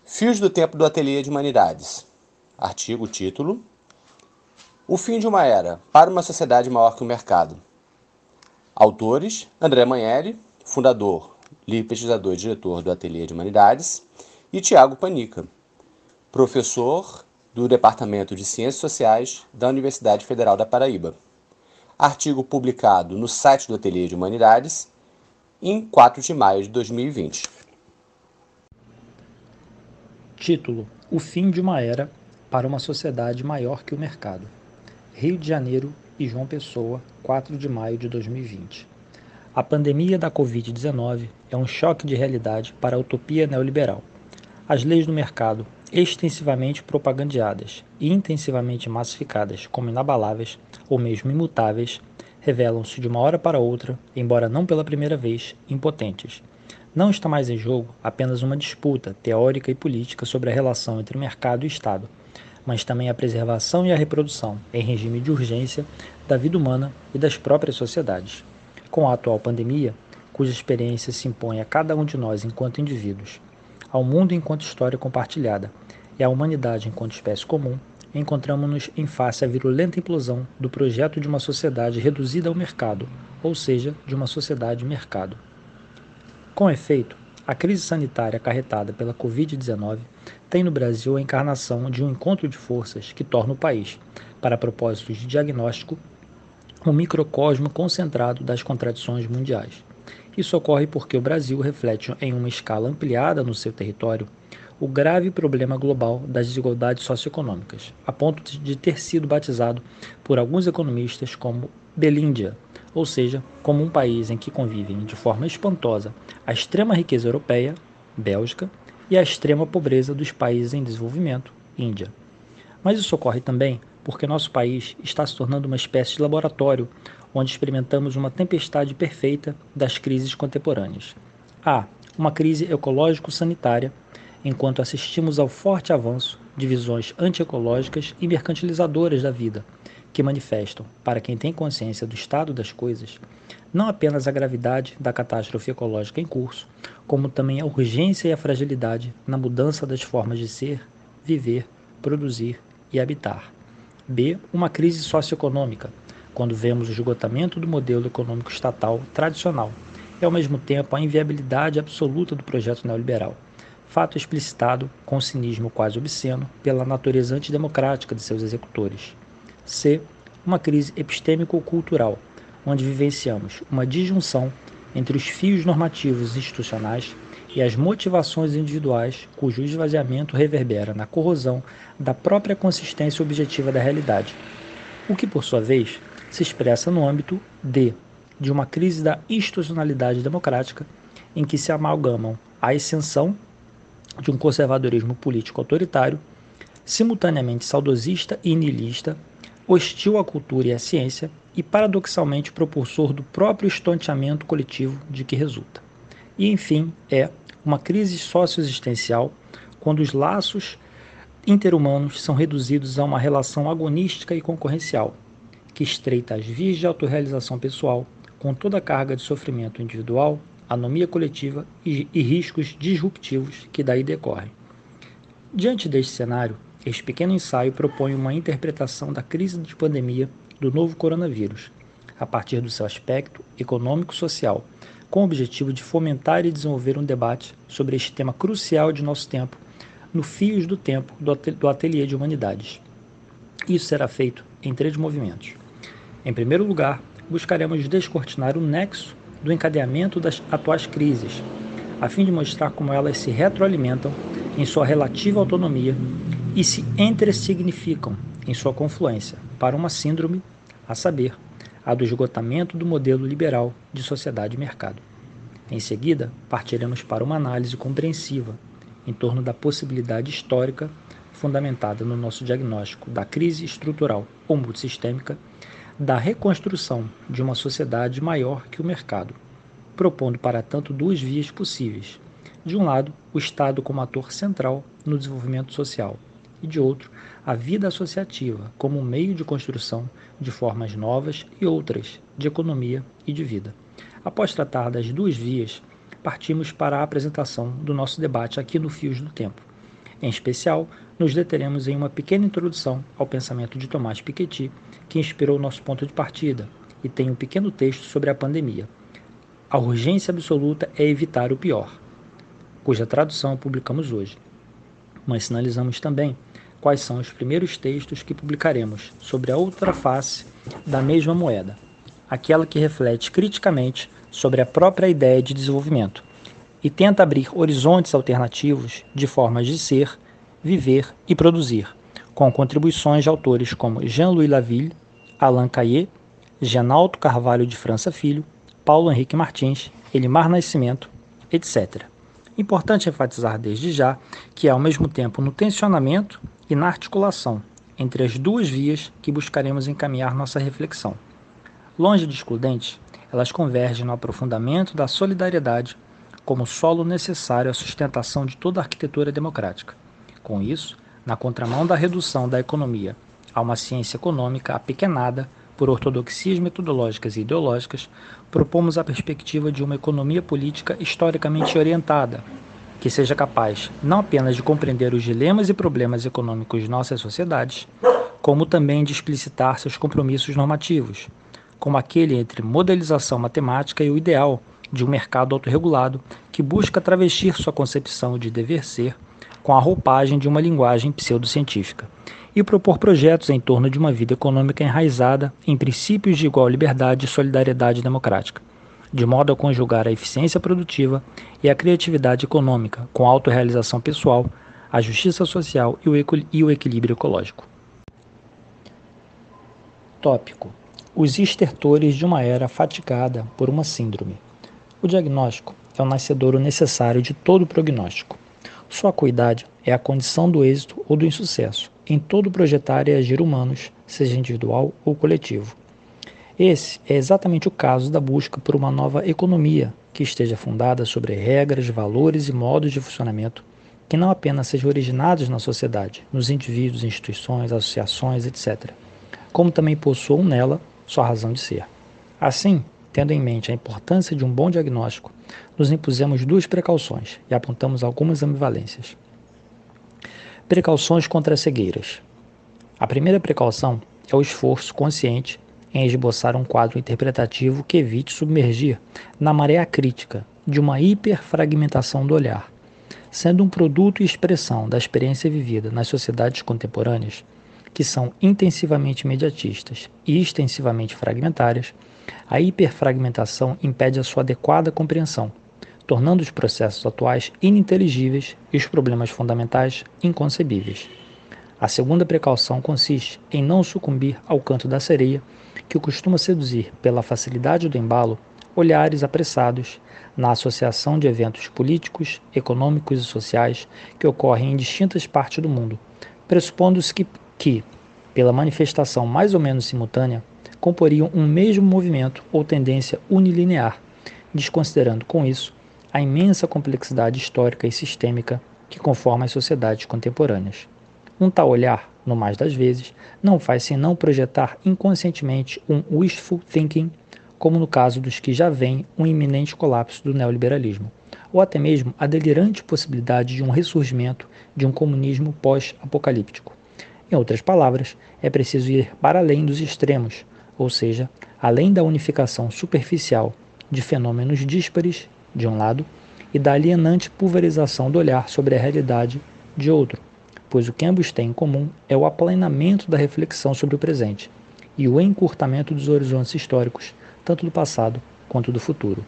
Fios do tempo do Ateliê de Humanidades. Artigo, título. O fim de uma era, para uma sociedade maior que o mercado. Autores, André Manelli, fundador, livre pesquisador e diretor do Ateliê de Humanidades, e Tiago Panica, professor do Departamento de Ciências Sociais da Universidade Federal da Paraíba. Artigo publicado no site do Ateliê de Humanidades em 4 de maio de 2020. Título: O fim de uma era para uma sociedade maior que o mercado. Rio de Janeiro e João Pessoa, 4 de maio de 2020. A pandemia da Covid-19 é um choque de realidade para a utopia neoliberal. As leis do mercado, extensivamente propagandeadas e intensivamente massificadas como inabaláveis ou mesmo imutáveis, revelam-se de uma hora para outra, embora não pela primeira vez, impotentes. Não está mais em jogo apenas uma disputa teórica e política sobre a relação entre mercado e Estado, mas também a preservação e a reprodução, em regime de urgência, da vida humana e das próprias sociedades. Com a atual pandemia, cuja experiência se impõe a cada um de nós enquanto indivíduos, ao mundo enquanto história compartilhada e à humanidade enquanto espécie comum, encontramos-nos em face à virulenta implosão do projeto de uma sociedade reduzida ao mercado, ou seja, de uma sociedade-mercado. Com efeito, a crise sanitária acarretada pela Covid-19 tem no Brasil a encarnação de um encontro de forças que torna o país, para propósitos de diagnóstico, um microcosmo concentrado das contradições mundiais. Isso ocorre porque o Brasil reflete em uma escala ampliada no seu território o grave problema global das desigualdades socioeconômicas, a ponto de ter sido batizado por alguns economistas como Belíndia, ou seja, como um país em que convivem de forma espantosa a extrema riqueza europeia, Bélgica, e a extrema pobreza dos países em desenvolvimento, Índia. Mas isso ocorre também porque nosso país está se tornando uma espécie de laboratório onde experimentamos uma tempestade perfeita das crises contemporâneas. Há uma crise ecológico-sanitária, enquanto assistimos ao forte avanço de visões antiecológicas e mercantilizadoras da vida, que manifestam, para quem tem consciência do estado das coisas, não apenas a gravidade da catástrofe ecológica em curso, como também a urgência e a fragilidade na mudança das formas de ser, viver, produzir e habitar. B. Uma crise socioeconômica, quando vemos o esgotamento do modelo econômico estatal tradicional e, ao mesmo tempo, a inviabilidade absoluta do projeto neoliberal, fato explicitado com cinismo quase obsceno pela natureza antidemocrática de seus executores. C. Uma crise epistêmico-cultural, onde vivenciamos uma disjunção entre os fios normativos institucionais e as motivações individuais, cujo esvaziamento reverbera na corrosão da própria consistência objetiva da realidade, o que, por sua vez, se expressa no âmbito de uma crise da institucionalidade democrática, em que se amalgamam a ascensão de um conservadorismo político autoritário, simultaneamente saudosista e niilista, hostil à cultura e à ciência e, paradoxalmente, propulsor do próprio estonteamento coletivo de que resulta. E, enfim, é uma crise socioexistencial quando os laços interhumanos são reduzidos a uma relação agonística e concorrencial, que estreita as vias de autorrealização pessoal, com toda a carga de sofrimento individual, anomia coletiva e riscos disruptivos que daí decorrem. Diante deste cenário, este pequeno ensaio propõe uma interpretação da crise de pandemia do novo coronavírus, a partir do seu aspecto econômico-social, com o objetivo de fomentar e desenvolver um debate sobre este tema crucial de nosso tempo, no Fios do Tempo do Ateliê de Humanidades. Isso será feito em 3 movimentos. Em primeiro lugar, buscaremos descortinar o nexo do encadeamento das atuais crises, a fim de mostrar como elas se retroalimentam em sua relativa autonomia e se entressignificam em sua confluência para uma síndrome, a saber, a do esgotamento do modelo liberal de sociedade e mercado. Em seguida, partiremos para uma análise compreensiva em torno da possibilidade histórica fundamentada no nosso diagnóstico da crise estrutural ou multissistêmica, da reconstrução de uma sociedade maior que o mercado, propondo, para tanto, 2 vias possíveis. De um lado, o Estado como ator central no desenvolvimento social, e de outro, a vida associativa como meio de construção de formas novas e outras de economia e de vida. Após tratar das 2 vias, partimos para a apresentação do nosso debate aqui no Fios do Tempo, Em especial, nos deteremos em uma pequena introdução ao pensamento de Thomas Piketty, que inspirou nosso ponto de partida, e tem um pequeno texto sobre a pandemia. A urgência absoluta é evitar o pior, cuja tradução publicamos hoje. Mas sinalizamos também quais são os primeiros textos que publicaremos sobre a outra face da mesma moeda, aquela que reflete criticamente sobre a própria ideia de desenvolvimento e tenta abrir horizontes alternativos de formas de ser, viver e produzir, com contribuições de autores como Jean-Louis Laville, Alain Cayet, Genalto Carvalho de França Filho, Paulo Henrique Martins, Elimar Nascimento, etc. Importante enfatizar desde já que é ao mesmo tempo no tensionamento e na articulação entre as duas vias que buscaremos encaminhar nossa reflexão. Longe de excludentes, elas convergem no aprofundamento da solidariedade como solo necessário à sustentação de toda a arquitetura democrática. Com isso, na contramão da redução da economia a uma ciência econômica apequenada por ortodoxias metodológicas e ideológicas, propomos a perspectiva de uma economia política historicamente orientada, que seja capaz não apenas de compreender os dilemas e problemas econômicos de nossas sociedades, como também de explicitar seus compromissos normativos, como aquele entre modelização matemática e o ideal de um mercado autorregulado que busca travestir sua concepção de dever ser com a roupagem de uma linguagem pseudocientífica, e propor projetos em torno de uma vida econômica enraizada em princípios de igual liberdade e solidariedade democrática, de modo a conjugar a eficiência produtiva e a criatividade econômica com a autorrealização pessoal, a justiça social e o equilíbrio ecológico. Tópico: os estertores de uma era fatigada por uma síndrome. O diagnóstico é o nascedouro necessário de todo prognóstico. Sua acuidade é a condição do êxito ou do insucesso em todo projetar e agir humanos, seja individual ou coletivo. Esse é exatamente o caso da busca por uma nova economia que esteja fundada sobre regras, valores e modos de funcionamento que não apenas sejam originados na sociedade, nos indivíduos, instituições, associações, etc., como também possuam nela sua razão de ser. Assim, tendo em mente a importância de um bom diagnóstico, nos impusemos duas precauções e apontamos algumas ambivalências. Precauções contra as cegueiras. A primeira precaução é o esforço consciente em esboçar um quadro interpretativo que evite submergir na maré crítica de uma hiperfragmentação do olhar. Sendo um produto e expressão da experiência vivida nas sociedades contemporâneas, que são intensivamente imediatistas e extensivamente fragmentárias, a hiperfragmentação impede a sua adequada compreensão, tornando os processos atuais ininteligíveis e os problemas fundamentais inconcebíveis. A segunda precaução consiste em não sucumbir ao canto da sereia, que costuma seduzir pela facilidade do embalo olhares apressados na associação de eventos políticos, econômicos e sociais que ocorrem em distintas partes do mundo, pressupondo-se que, pela manifestação mais ou menos simultânea, comporiam um mesmo movimento ou tendência unilinear, desconsiderando com isso a imensa complexidade histórica e sistêmica que conforma as sociedades contemporâneas. Um tal olhar, no mais das vezes, não faz senão projetar inconscientemente um wishful thinking, como no caso dos que já veem um iminente colapso do neoliberalismo, ou até mesmo a delirante possibilidade de um ressurgimento de um comunismo pós-apocalíptico. Em outras palavras, é preciso ir para além dos extremos, ou seja, além da unificação superficial de fenômenos díspares, de um lado, e da alienante pulverização do olhar sobre a realidade, de outro, pois o que ambos têm em comum é o aplanamento da reflexão sobre o presente e o encurtamento dos horizontes históricos, tanto do passado quanto do futuro.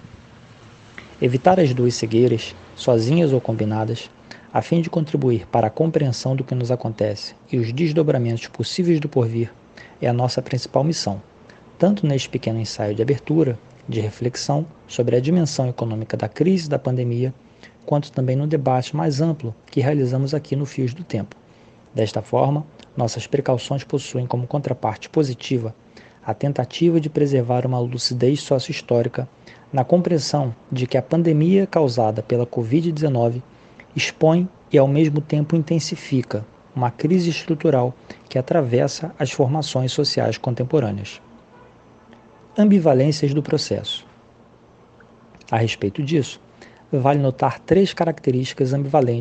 Evitar as duas cegueiras, sozinhas ou combinadas, a fim de contribuir para a compreensão do que nos acontece e os desdobramentos possíveis do porvir, é a nossa principal missão, tanto neste pequeno ensaio de abertura, de reflexão sobre a dimensão econômica da crise da pandemia, quanto também no debate mais amplo que realizamos aqui no Fios do Tempo. Desta forma, nossas precauções possuem como contraparte positiva a tentativa de preservar uma lucidez sócio-histórica na compreensão de que a pandemia causada pela Covid-19 expõe e ao mesmo tempo intensifica uma crise estrutural que atravessa as formações sociais contemporâneas. Ambivalências do processo. A respeito disso, vale notar três características ambivalentes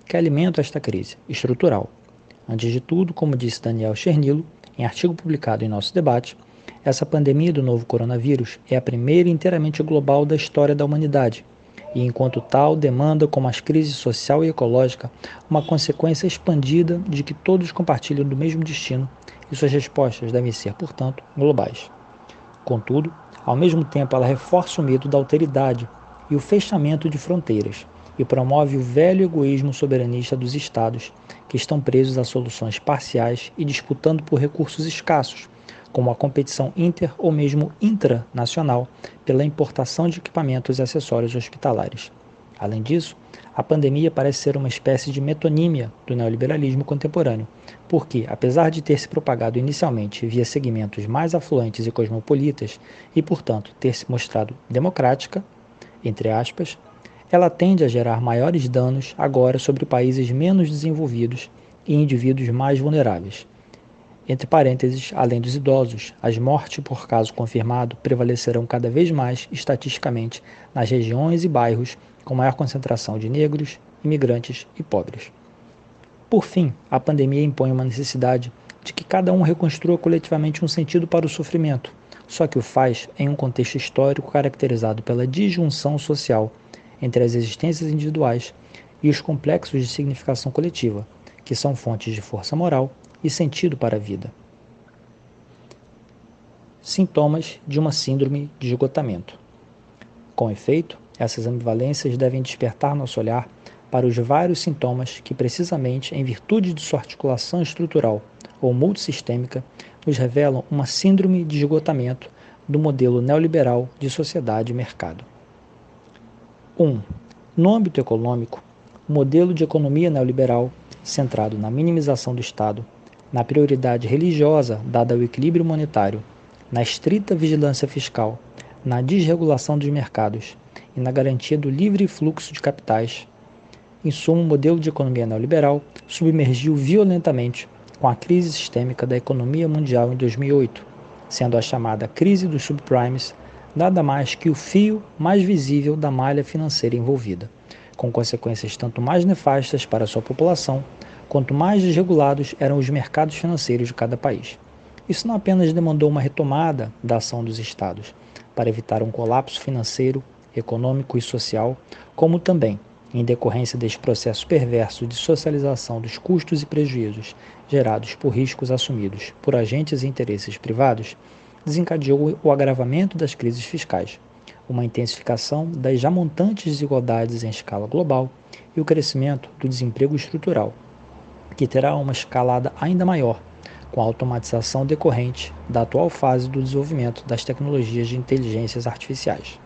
que alimentam esta crise estrutural. Antes de tudo, como disse Daniel Chernilo, em artigo publicado em nosso debate, essa pandemia do novo coronavírus é a primeira inteiramente global da história da humanidade e, enquanto tal, demanda, como as crises social e ecológica, uma consequência expandida de que todos compartilham do mesmo destino e suas respostas devem ser, portanto, globais. Contudo, ao mesmo tempo, ela reforça o medo da alteridade e o fechamento de fronteiras e promove o velho egoísmo soberanista dos Estados, que estão presos a soluções parciais e disputando por recursos escassos, como a competição inter ou mesmo intranacional pela importação de equipamentos e acessórios hospitalares. Além disso, a pandemia parece ser uma espécie de metonímia do neoliberalismo contemporâneo, porque, apesar de ter se propagado inicialmente via segmentos mais afluentes e cosmopolitas e, portanto, ter se mostrado democrática, entre aspas, ela tende a gerar maiores danos agora sobre países menos desenvolvidos e indivíduos mais vulneráveis. Entre parênteses, além dos idosos, as mortes por caso confirmado prevalecerão cada vez mais estatisticamente nas regiões e bairros com maior concentração de negros, imigrantes e pobres. Por fim, a pandemia impõe uma necessidade de que cada um reconstrua coletivamente um sentido para o sofrimento, só que o faz em um contexto histórico caracterizado pela disjunção social entre as existências individuais e os complexos de significação coletiva, que são fontes de força moral e sentido para a vida. Sintomas de uma síndrome de esgotamento. Com efeito, essas ambivalências devem despertar nosso olhar para os vários sintomas que, precisamente em virtude de sua articulação estrutural ou multissistêmica, nos revelam uma síndrome de esgotamento do modelo neoliberal de sociedade e mercado. 1. No âmbito econômico, o modelo de economia neoliberal, centrado na minimização do Estado, na prioridade religiosa dada ao equilíbrio monetário, na estrita vigilância fiscal, na desregulação dos mercados e na garantia do livre fluxo de capitais, em suma, o modelo de economia neoliberal submergiu violentamente com a crise sistêmica da economia mundial em 2008, sendo a chamada crise dos subprimes nada mais que o fio mais visível da malha financeira envolvida, com consequências tanto mais nefastas para sua população, quanto mais desregulados eram os mercados financeiros de cada país. Isso não apenas demandou uma retomada da ação dos Estados para evitar um colapso financeiro, econômico e social, como também, em decorrência deste processo perverso de socialização dos custos e prejuízos gerados por riscos assumidos por agentes e interesses privados, desencadeou o agravamento das crises fiscais, uma intensificação das já montantes desigualdades em escala global e o crescimento do desemprego estrutural, que terá uma escalada ainda maior com a automatização decorrente da atual fase do desenvolvimento das tecnologias de inteligências artificiais.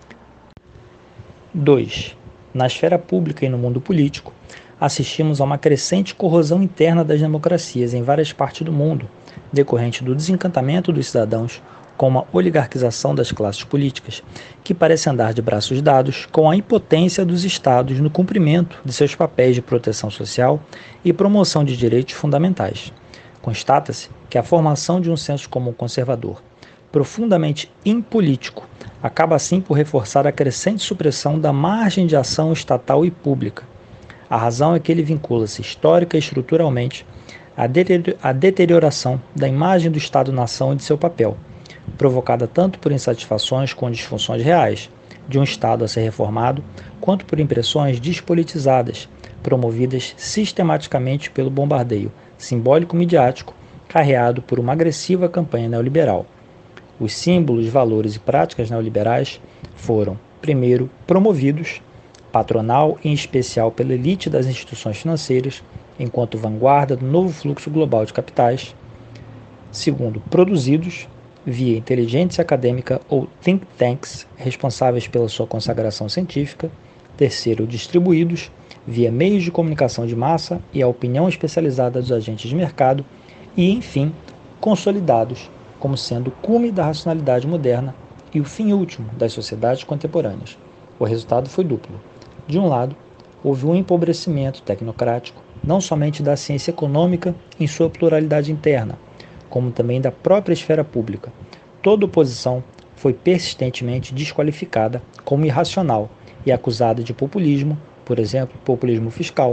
2. Na esfera pública e no mundo político, assistimos a uma crescente corrosão interna das democracias em várias partes do mundo, decorrente do desencantamento dos cidadãos com uma oligarquização das classes políticas, que parece andar de braços dados com a impotência dos Estados no cumprimento de seus papéis de proteção social e promoção de direitos fundamentais. Constata-se que a formação de um senso comum conservador, profundamente impolítico, acaba assim por reforçar a crescente supressão da margem de ação estatal e pública. A razão é que ele vincula-se histórica e estruturalmente à deterioração da imagem do Estado-nação e de seu papel, provocada tanto por insatisfações com disfunções reais de um Estado a ser reformado, quanto por impressões despolitizadas, promovidas sistematicamente pelo bombardeio simbólico-midiático carreado por uma agressiva campanha neoliberal. Os símbolos, valores e práticas neoliberais foram, primeiro, promovidos, patronal e em especial pela elite das instituições financeiras, enquanto vanguarda do novo fluxo global de capitais. Segundo, produzidos, via inteligência acadêmica ou think tanks responsáveis pela sua consagração científica. Terceiro, distribuídos, via meios de comunicação de massa e a opinião especializada dos agentes de mercado. E, enfim, consolidados, como sendo o cume da racionalidade moderna e o fim último das sociedades contemporâneas. O resultado foi duplo. De um lado, houve um empobrecimento tecnocrático, não somente da ciência econômica em sua pluralidade interna, como também da própria esfera pública. Toda oposição foi persistentemente desqualificada como irracional e acusada de populismo, por exemplo, populismo fiscal,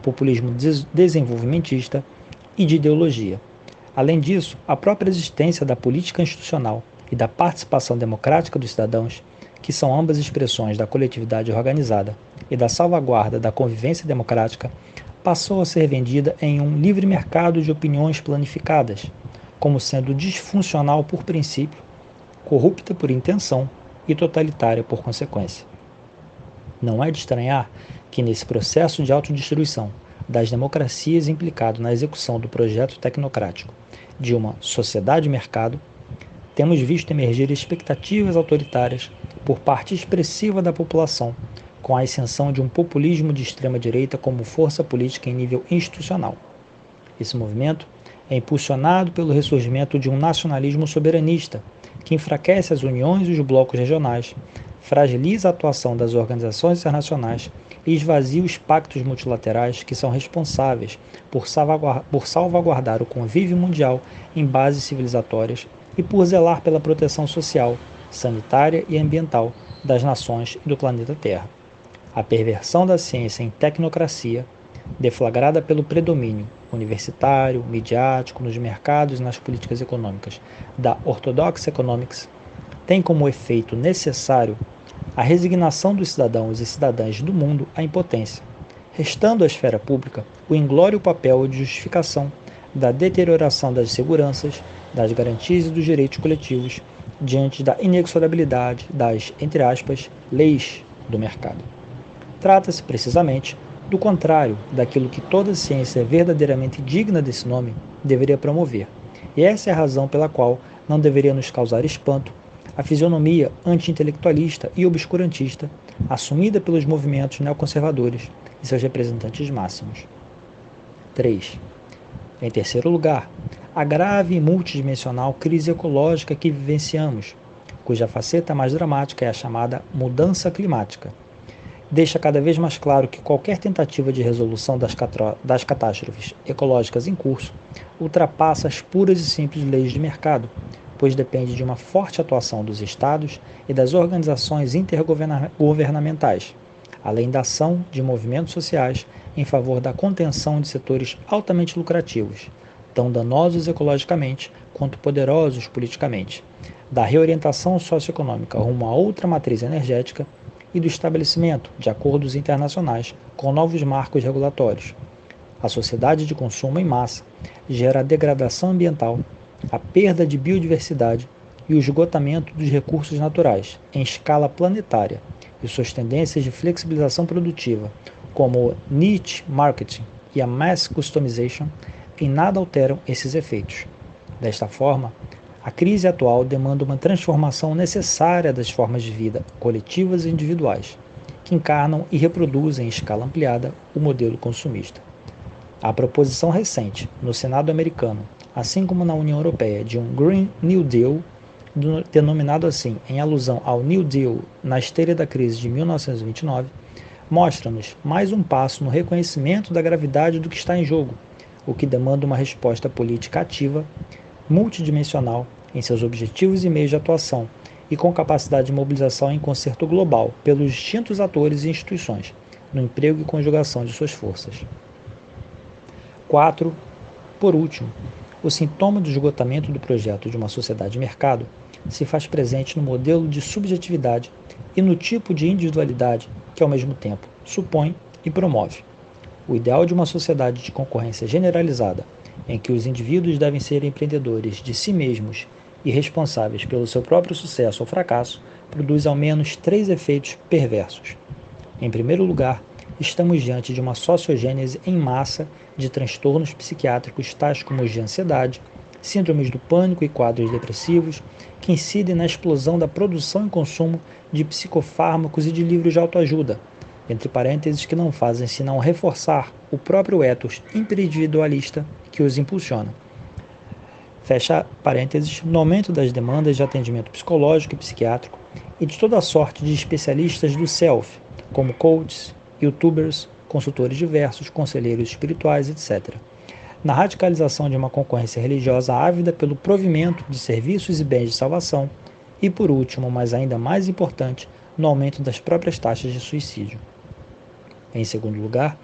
populismo desenvolvimentista e de ideologia. Além disso, a própria existência da política institucional e da participação democrática dos cidadãos, que são ambas expressões da coletividade organizada e da salvaguarda da convivência democrática, passou a ser vendida em um livre mercado de opiniões planificadas, como sendo disfuncional por princípio, corrupta por intenção e totalitária por consequência. Não é de estranhar que nesse processo de autodestruição das democracias implicado na execução do projeto tecnocrático de uma sociedade-mercado, temos visto emergir expectativas autoritárias por parte expressiva da população, com a ascensão de um populismo de extrema-direita como força política em nível institucional. Esse movimento é impulsionado pelo ressurgimento de um nacionalismo soberanista, que enfraquece as uniões e os blocos regionais, fragiliza a atuação das organizações internacionais e esvazia os pactos multilaterais que são responsáveis por salvaguardar o convívio mundial em bases civilizatórias e por zelar pela proteção social, sanitária e ambiental das nações e do planeta Terra. A perversão da ciência em tecnocracia, deflagrada pelo predomínio universitário, midiático, nos mercados e nas políticas econômicas da Orthodox Economics, tem como efeito necessário a resignação dos cidadãos e cidadãs do mundo à impotência, restando à esfera pública o inglório papel de justificação da deterioração das seguranças, das garantias e dos direitos coletivos diante da inexorabilidade das, entre aspas, leis do mercado. Trata-se, precisamente, do contrário daquilo que toda ciência verdadeiramente digna desse nome deveria promover, e essa é a razão pela qual não deveria nos causar espanto a fisionomia anti-intelectualista e obscurantista assumida pelos movimentos neoconservadores e seus representantes máximos. 3. Em terceiro lugar, a grave e multidimensional crise ecológica que vivenciamos, cuja faceta mais dramática é a chamada mudança climática, deixa cada vez mais claro que qualquer tentativa de resolução das catástrofes ecológicas em curso ultrapassa as puras e simples leis de mercado, pois depende de uma forte atuação dos Estados e das organizações intergovernamentais, além da ação de movimentos sociais em favor da contenção de setores altamente lucrativos, tão danosos ecologicamente quanto poderosos politicamente, da reorientação socioeconômica rumo a outra matriz energética e do estabelecimento de acordos internacionais com novos marcos regulatórios. A sociedade de consumo em massa gera a degradação ambiental, a perda de biodiversidade e o esgotamento dos recursos naturais em escala planetária, e suas tendências de flexibilização produtiva, como o niche marketing e a mass customization, em nada alteram esses efeitos. Desta forma, a crise atual demanda uma transformação necessária das formas de vida coletivas e individuais, que encarnam e reproduzem em escala ampliada o modelo consumista. A proposição recente, no Senado americano, assim como na União Europeia, de um Green New Deal, denominado assim em alusão ao New Deal na esteira da crise de 1929, mostra-nos mais um passo no reconhecimento da gravidade do que está em jogo, o que demanda uma resposta política ativa, multidimensional em seus objetivos e meios de atuação e com capacidade de mobilização em concerto global pelos distintos atores e instituições, no emprego e conjugação de suas forças. 4. Por último, o sintoma do esgotamento do projeto de uma sociedade-mercado se faz presente no modelo de subjetividade e no tipo de individualidade que, ao mesmo tempo, supõe e promove. O ideal de uma sociedade de concorrência generalizada, em que os indivíduos devem ser empreendedores de si mesmos e responsáveis pelo seu próprio sucesso ou fracasso, produz ao menos 3 efeitos perversos. Em primeiro lugar, estamos diante de uma sociogênese em massa de transtornos psiquiátricos tais como os de ansiedade, síndromes do pânico e quadros depressivos, que incidem na explosão da produção e consumo de psicofármacos e de livros de autoajuda, entre parênteses que não fazem senão reforçar o próprio ethos individualista que os impulsiona. Fecha parênteses, no aumento das demandas de atendimento psicológico e psiquiátrico e de toda sorte de especialistas do self, como coaches, youtubers, consultores diversos, conselheiros espirituais, etc. Na radicalização de uma concorrência religiosa ávida pelo provimento de serviços e bens de salvação e, por último, mas ainda mais importante, no aumento das próprias taxas de suicídio. Em segundo lugar,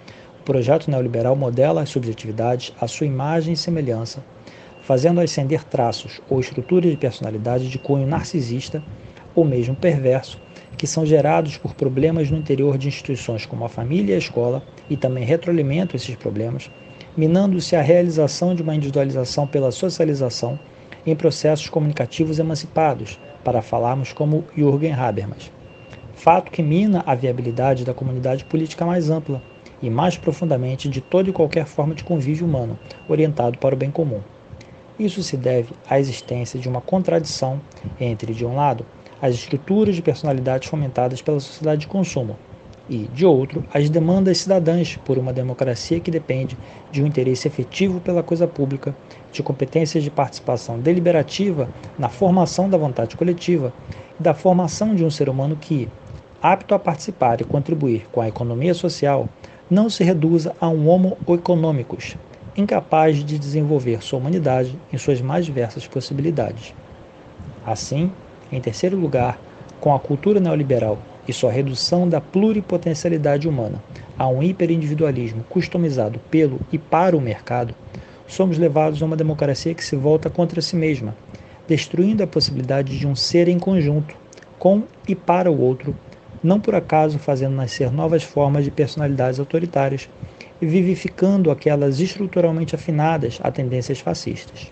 O projeto neoliberal modela as subjetividades à sua imagem e semelhança, fazendo ascender traços ou estruturas de personalidade de cunho narcisista ou mesmo perverso, que são gerados por problemas no interior de instituições como a família e a escola, e também retroalimentam esses problemas, minando-se a realização de uma individualização pela socialização em processos comunicativos emancipados, para falarmos como Jürgen Habermas. Fato que mina a viabilidade da comunidade política mais ampla e mais profundamente de toda e qualquer forma de convívio humano, orientado para o bem comum. Isso se deve à existência de uma contradição entre, de um lado, as estruturas de personalidade fomentadas pela sociedade de consumo e, de outro, as demandas cidadãs por uma democracia que depende de um interesse efetivo pela coisa pública, de competências de participação deliberativa na formação da vontade coletiva e da formação de um ser humano que, apto a participar e contribuir com a economia social, não se reduza a um homo economicus, incapaz de desenvolver sua humanidade em suas mais diversas possibilidades. Assim, em terceiro lugar, com a cultura neoliberal e sua redução da pluripotencialidade humana a um hiperindividualismo customizado pelo e para o mercado, somos levados a uma democracia que se volta contra si mesma, destruindo a possibilidade de um ser em conjunto, com e para o outro, não por acaso fazendo nascer novas formas de personalidades autoritárias e vivificando aquelas estruturalmente afinadas a tendências fascistas.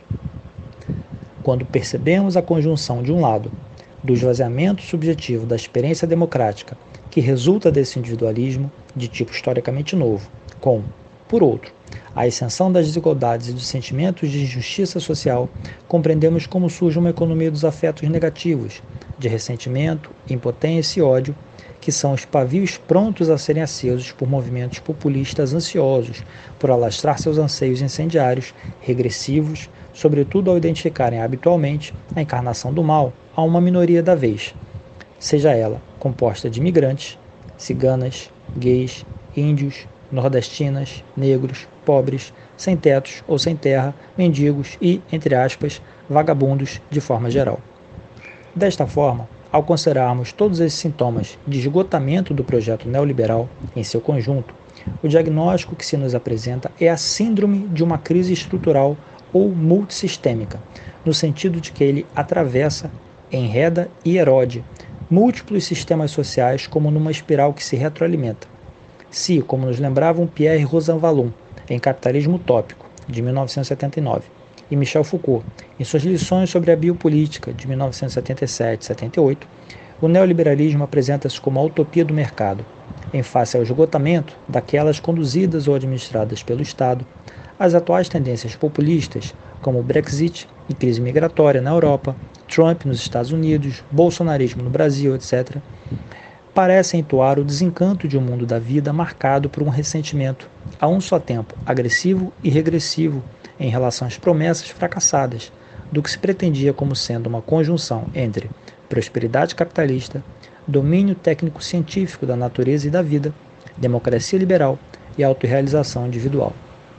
Quando percebemos a conjunção, de um lado, do esvaziamento subjetivo da experiência democrática que resulta desse individualismo de tipo historicamente novo, com, por outro, a ascensão das desigualdades e dos sentimentos de injustiça social, compreendemos como surge uma economia dos afetos negativos, de ressentimento, impotência e ódio, que são os pavios prontos a serem acesos por movimentos populistas ansiosos por alastrar seus anseios incendiários, regressivos, sobretudo ao identificarem habitualmente a encarnação do mal a uma minoria da vez, seja ela composta de imigrantes, ciganas, gays, índios, nordestinas, negros, pobres, sem tetos ou sem terra, mendigos e, entre aspas, vagabundos de forma geral. Desta forma, ao considerarmos todos esses sintomas de esgotamento do projeto neoliberal em seu conjunto, o diagnóstico que se nos apresenta é a síndrome de uma crise estrutural ou multissistêmica, no sentido de que ele atravessa, enreda e erode múltiplos sistemas sociais como numa espiral que se retroalimenta. Se, como nos lembravam Pierre Rosanvallon, em Capitalismo Utópico, de 1979, e Michel Foucault, em suas lições sobre a biopolítica, de 1977 e 78, o neoliberalismo apresenta-se como a utopia do mercado, em face ao esgotamento daquelas conduzidas ou administradas pelo Estado. As atuais tendências populistas, como o Brexit e crise migratória na Europa, Trump nos Estados Unidos, bolsonarismo no Brasil, etc., parecem entoar o desencanto de um mundo da vida marcado por um ressentimento, a um só tempo agressivo e regressivo, em relação às promessas fracassadas do que se pretendia como sendo uma conjunção entre prosperidade capitalista, domínio técnico-científico da natureza e da vida, democracia liberal e autorrealização individual.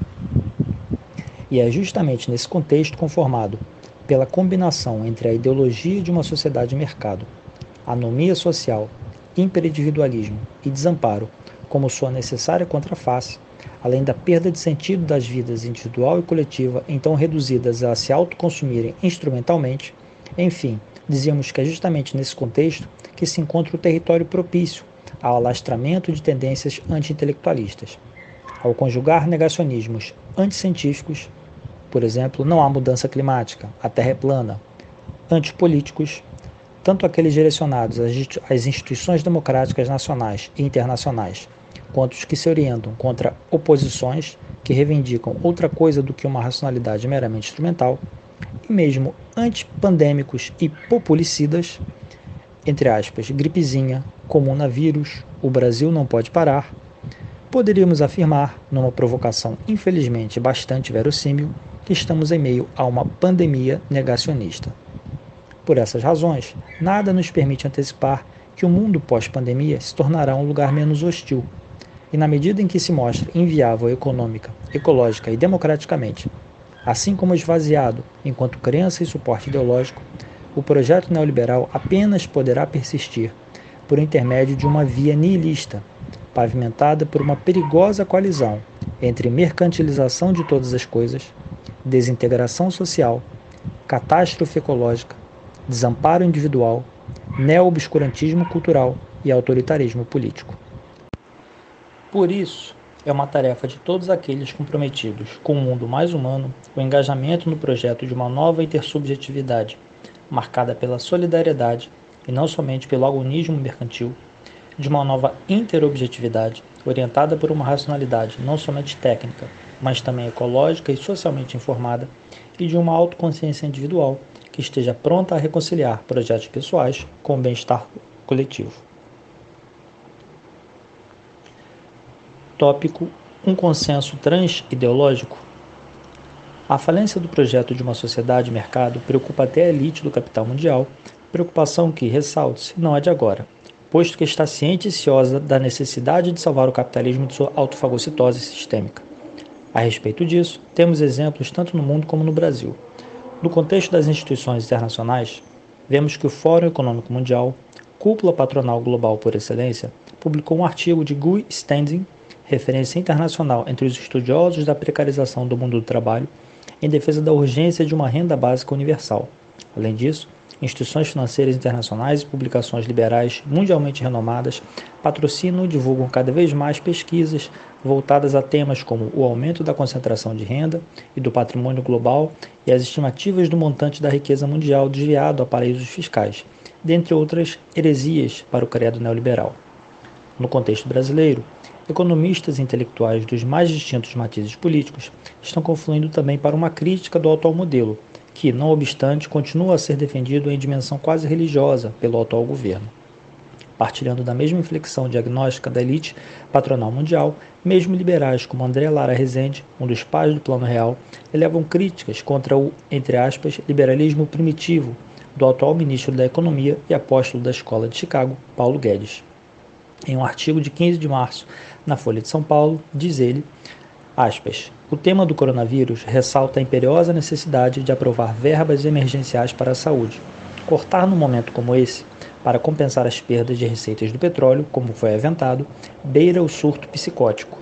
E é justamente nesse contexto conformado pela combinação entre a ideologia de uma sociedade de mercado, anomia social, hiperindividualismo e desamparo como sua necessária contraface, além da perda de sentido das vidas individual e coletiva, então reduzidas a se autoconsumirem instrumentalmente, enfim, dizíamos que é justamente nesse contexto que se encontra o território propício ao alastramento de tendências anti-intelectualistas. Ao conjugar negacionismos anticientíficos, por exemplo, não há mudança climática, a Terra é plana, antipolíticos, tanto aqueles direcionados às instituições democráticas nacionais e internacionais, quanto os que se orientam contra oposições que reivindicam outra coisa do que uma racionalidade meramente instrumental, e mesmo antipandêmicos e populicidas, entre aspas, gripezinha, comunavírus, o Brasil não pode parar, poderíamos afirmar, numa provocação infelizmente bastante verossímil, que estamos em meio a uma pandemia negacionista. Por essas razões, nada nos permite antecipar que o mundo pós-pandemia se tornará um lugar menos hostil, e na medida em que se mostra inviável econômica, ecológica e democraticamente, assim como esvaziado enquanto crença e suporte ideológico, o projeto neoliberal apenas poderá persistir por intermédio de uma via nihilista, pavimentada por uma perigosa coalizão entre mercantilização de todas as coisas, desintegração social, catástrofe ecológica, desamparo individual, neo-obscurantismo cultural e autoritarismo político. Por isso, é uma tarefa de todos aqueles comprometidos com um mundo mais humano o engajamento no projeto de uma nova intersubjetividade, marcada pela solidariedade e não somente pelo agonismo mercantil, de uma nova interobjetividade orientada por uma racionalidade não somente técnica, mas também ecológica e socialmente informada, e de uma autoconsciência individual que esteja pronta a reconciliar projetos pessoais com o bem-estar coletivo. Tópico: um consenso trans-ideológico. A falência do projeto de uma sociedade-mercado preocupa até a elite do capital mundial, preocupação que, ressalte-se, não é de agora, posto que está ciente e ciosa da necessidade de salvar o capitalismo de sua autofagocitose sistêmica. A respeito disso, temos exemplos tanto no mundo como no Brasil. No contexto das instituições internacionais, vemos que o Fórum Econômico Mundial, cúpula patronal global por excelência, publicou um artigo de Guy Standing, referência internacional entre os estudiosos da precarização do mundo do trabalho, em defesa da urgência de uma renda básica universal. Além disso, instituições financeiras internacionais e publicações liberais mundialmente renomadas patrocinam e divulgam cada vez mais pesquisas voltadas a temas como o aumento da concentração de renda e do patrimônio global e as estimativas do montante da riqueza mundial desviado a paraísos fiscais, dentre outras heresias para o credo neoliberal. No contexto brasileiro, economistas e intelectuais dos mais distintos matizes políticos estão confluindo também para uma crítica do atual modelo, que, não obstante, continua a ser defendido em dimensão quase religiosa pelo atual governo. Partilhando da mesma inflexão diagnóstica da elite patronal mundial, mesmo liberais como André Lara Rezende, um dos pais do Plano Real, elevam críticas contra o, entre aspas, liberalismo primitivo do atual ministro da Economia e apóstolo da Escola de Chicago, Paulo Guedes. Em um artigo de 15 de março, na Folha de São Paulo, diz ele, aspas, o tema do coronavírus ressalta a imperiosa necessidade de aprovar verbas emergenciais para a saúde. Cortar num momento como esse, para compensar as perdas de receitas do petróleo, como foi aventado, beira o surto psicótico.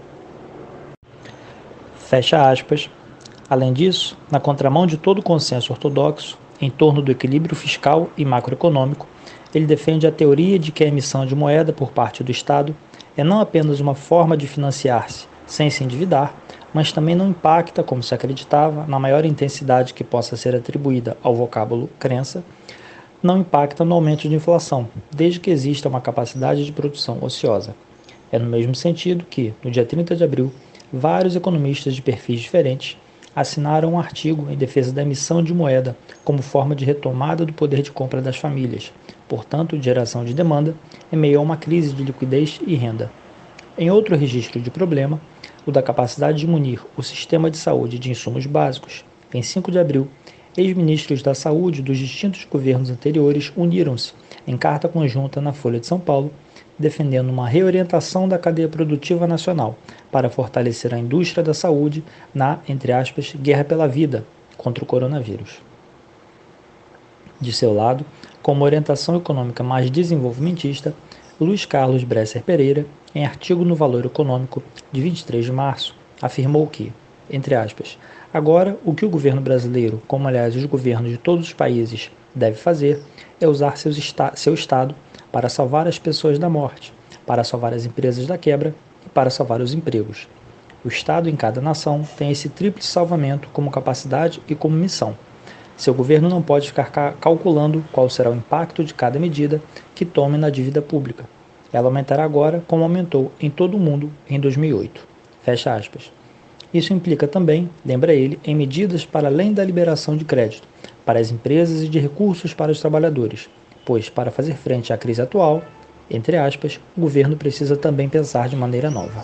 Fecha aspas. Além disso, na contramão de todo o consenso ortodoxo em torno do equilíbrio fiscal e macroeconômico, ele defende a teoria de que a emissão de moeda por parte do Estado é não apenas uma forma de financiar-se sem se endividar, mas também não impacta, como se acreditava, na maior intensidade que possa ser atribuída ao vocábulo crença, não impacta no aumento de inflação, desde que exista uma capacidade de produção ociosa. É no mesmo sentido que, no dia 30 de abril, vários economistas de perfis diferentes assinaram um artigo em defesa da emissão de moeda como forma de retomada do poder de compra das famílias, portanto, de geração de demanda, em meio a uma crise de liquidez e renda. Em outro registro de problema, o da capacidade de munir o sistema de saúde de insumos básicos, em 5 de abril, ex-ministros da Saúde dos distintos governos anteriores uniram-se em carta conjunta na Folha de São Paulo, defendendo uma reorientação da cadeia produtiva nacional para fortalecer a indústria da saúde na, entre aspas, guerra pela vida contra o coronavírus. De seu lado, com uma orientação econômica mais desenvolvimentista, Luiz Carlos Bresser Pereira, em artigo no Valor Econômico de 23 de março, afirmou que, entre aspas, agora o que o governo brasileiro, como aliás os governos de todos os países, deve fazer é usar seu Estado para salvar as pessoas da morte, para salvar as empresas da quebra e para salvar os empregos. O Estado em cada nação tem esse tríplice salvamento como capacidade e como missão. Seu governo não pode ficar calculando qual será o impacto de cada medida que tome na dívida pública. Ela aumentará agora como aumentou em todo o mundo em 2008. Fecha aspas. Isso implica também, lembra ele, em medidas para além da liberação de crédito, para as empresas e de recursos para os trabalhadores, pois, para fazer frente à crise atual, entre aspas, o governo precisa também pensar de maneira nova.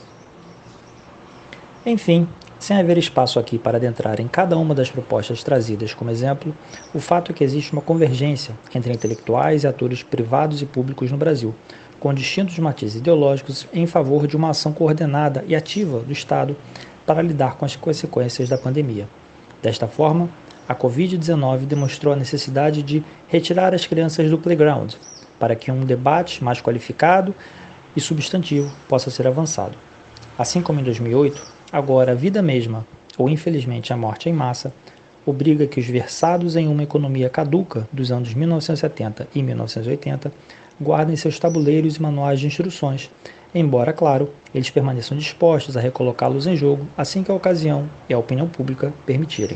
Enfim, sem haver espaço aqui para adentrar em cada uma das propostas trazidas como exemplo, o fato é que existe uma convergência entre intelectuais e atores privados e públicos no Brasil, com distintos matizes ideológicos em favor de uma ação coordenada e ativa do Estado para lidar com as consequências da pandemia. Desta forma, a Covid-19 demonstrou a necessidade de retirar as crianças do playground, para que um debate mais qualificado e substantivo possa ser avançado. Assim como em 2008, agora a vida mesma, ou infelizmente a morte em massa, obriga que os versados em uma economia caduca dos anos 1970 e 1980 guardem seus tabuleiros e manuais de instruções, embora, claro, eles permaneçam dispostos a recolocá-los em jogo assim que a ocasião e a opinião pública permitirem.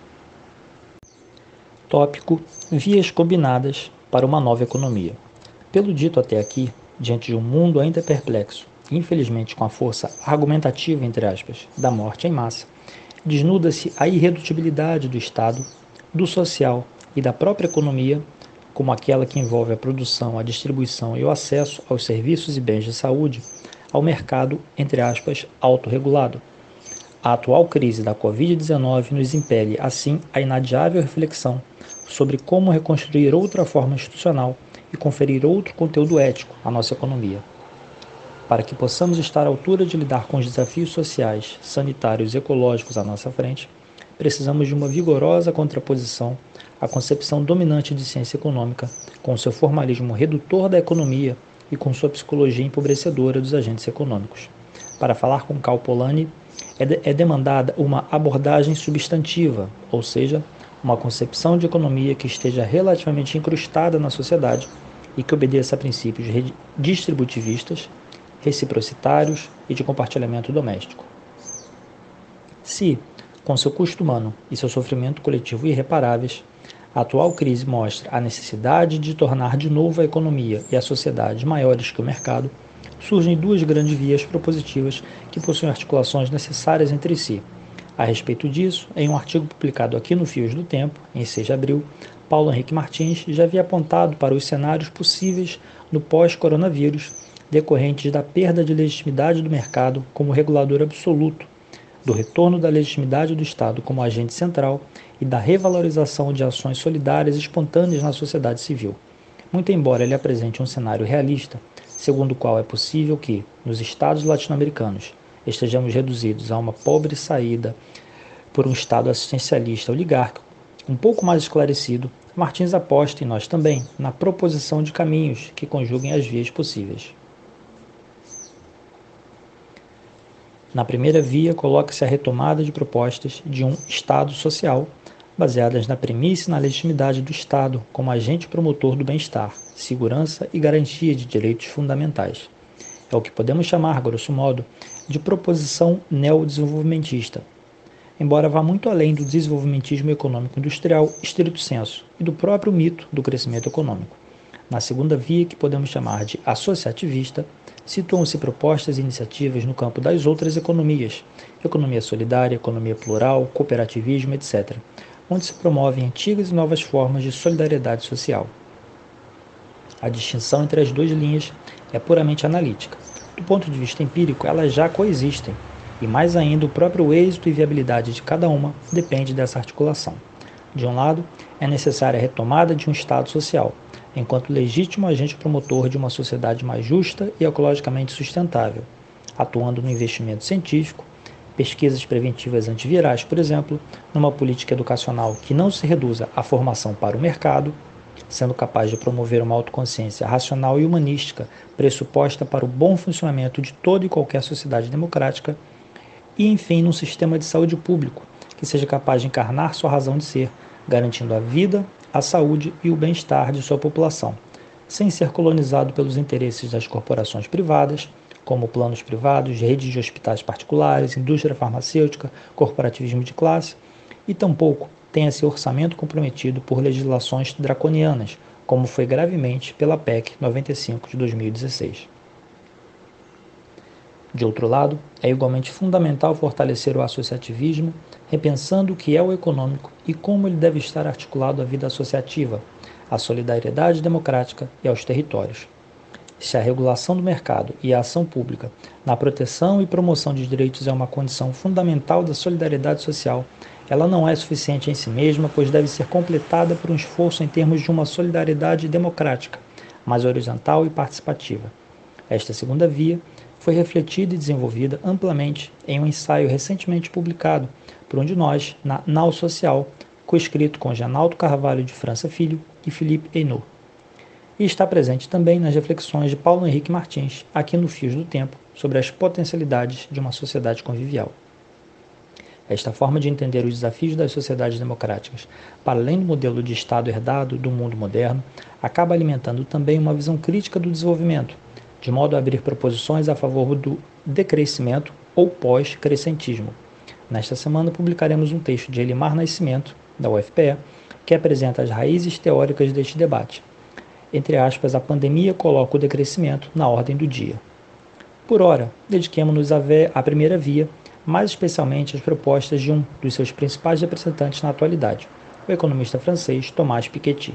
Tópico: Vias combinadas para uma nova economia. Pelo dito até aqui, diante de um mundo ainda perplexo, infelizmente com a força argumentativa, entre aspas, da morte em massa, desnuda-se a irredutibilidade do Estado, do social e da própria economia, como aquela que envolve a produção, a distribuição e o acesso aos serviços e bens de saúde, ao mercado, entre aspas, autorregulado. A atual crise da Covid-19 nos impele, assim, a inadiável reflexão sobre como reconstruir outra forma institucional e conferir outro conteúdo ético à nossa economia. Para que possamos estar à altura de lidar com os desafios sociais, sanitários e ecológicos à nossa frente, precisamos de uma vigorosa contraposição à concepção dominante de ciência econômica, com seu formalismo redutor da economia e com sua psicologia empobrecedora dos agentes econômicos. Para falar com Cal Polanyi, é demandada uma abordagem substantiva, ou seja, uma concepção de economia que esteja relativamente incrustada na sociedade e que obedeça a princípios distributivistas, reciprocitários e de compartilhamento doméstico. Se, com seu custo humano e seu sofrimento coletivo irreparáveis, a atual crise mostra a necessidade de tornar de novo a economia e a sociedade maiores que o mercado, surgem duas grandes vias propositivas que possuem articulações necessárias entre si. A respeito disso, em um artigo publicado aqui no Fios do Tempo, em 6 de abril, Paulo Henrique Martins já havia apontado para os cenários possíveis no pós-coronavírus, decorrentes da perda de legitimidade do mercado como regulador absoluto, do retorno da legitimidade do Estado como agente central e da revalorização de ações solidárias e espontâneas na sociedade civil. Muito embora ele apresente um cenário realista, segundo o qual é possível que, nos Estados latino-americanos, estejamos reduzidos a uma pobre saída por um Estado assistencialista oligárquico, um pouco mais esclarecido, Martins aposta em nós também na proposição de caminhos que conjuguem as vias possíveis. Na primeira via, coloca-se a retomada de propostas de um Estado social, baseadas na premissa e na legitimidade do Estado como agente promotor do bem-estar, segurança e garantia de direitos fundamentais. É o que podemos chamar, grosso modo, de proposição neodesenvolvimentista, embora vá muito além do desenvolvimentismo econômico industrial estrito sensu e do próprio mito do crescimento econômico. Na segunda via, que podemos chamar de associativista, situam-se propostas e iniciativas no campo das outras economias, economia solidária, economia plural, cooperativismo, etc., onde se promovem antigas e novas formas de solidariedade social. A distinção entre as duas linhas é puramente analítica. Do ponto de vista empírico, elas já coexistem, e mais ainda o próprio êxito e viabilidade de cada uma depende dessa articulação. De um lado, é necessária a retomada de um Estado social, enquanto legítimo agente promotor de uma sociedade mais justa e ecologicamente sustentável, atuando no investimento científico, pesquisas preventivas antivirais, por exemplo, numa política educacional que não se reduza à formação para o mercado, sendo capaz de promover uma autoconsciência racional e humanística pressuposta para o bom funcionamento de toda e qualquer sociedade democrática, e, enfim, num sistema de saúde público que seja capaz de encarnar sua razão de ser, garantindo a vida, a saúde e o bem-estar de sua população, sem ser colonizado pelos interesses das corporações privadas, como planos privados, redes de hospitais particulares, indústria farmacêutica, corporativismo de classe, e tampouco tenha seu orçamento comprometido por legislações draconianas, como foi gravemente pela PEC 95 de 2016. De outro lado, é igualmente fundamental fortalecer o associativismo, repensando o que é o econômico e como ele deve estar articulado à vida associativa, à solidariedade democrática e aos territórios. Se a regulação do mercado e a ação pública na proteção e promoção de direitos é uma condição fundamental da solidariedade social, ela não é suficiente em si mesma, pois deve ser completada por um esforço em termos de uma solidariedade democrática, mais horizontal e participativa. Esta segunda via foi refletida e desenvolvida amplamente em um ensaio recentemente publicado por um de nós, na Nau Social, coescrito com Genaldo Carvalho de França Filho e Felipe Hainaut. e está presente também nas reflexões de Paulo Henrique Martins, aqui no Fios do Tempo, sobre as potencialidades de uma sociedade convivial. Esta forma de entender os desafios das sociedades democráticas, para além do modelo de Estado herdado do mundo moderno, acaba alimentando também uma visão crítica do desenvolvimento, de modo a abrir proposições a favor do decrescimento ou pós-crescentismo. Nesta semana publicaremos um texto de Elimar Nascimento, da UFPE, que apresenta as raízes teóricas deste debate. Entre aspas, a pandemia coloca o decrescimento na ordem do dia. Por ora, dediquemo-nos à primeira via, mais especialmente às propostas de um dos seus principais representantes na atualidade, o economista francês Thomas Piketty.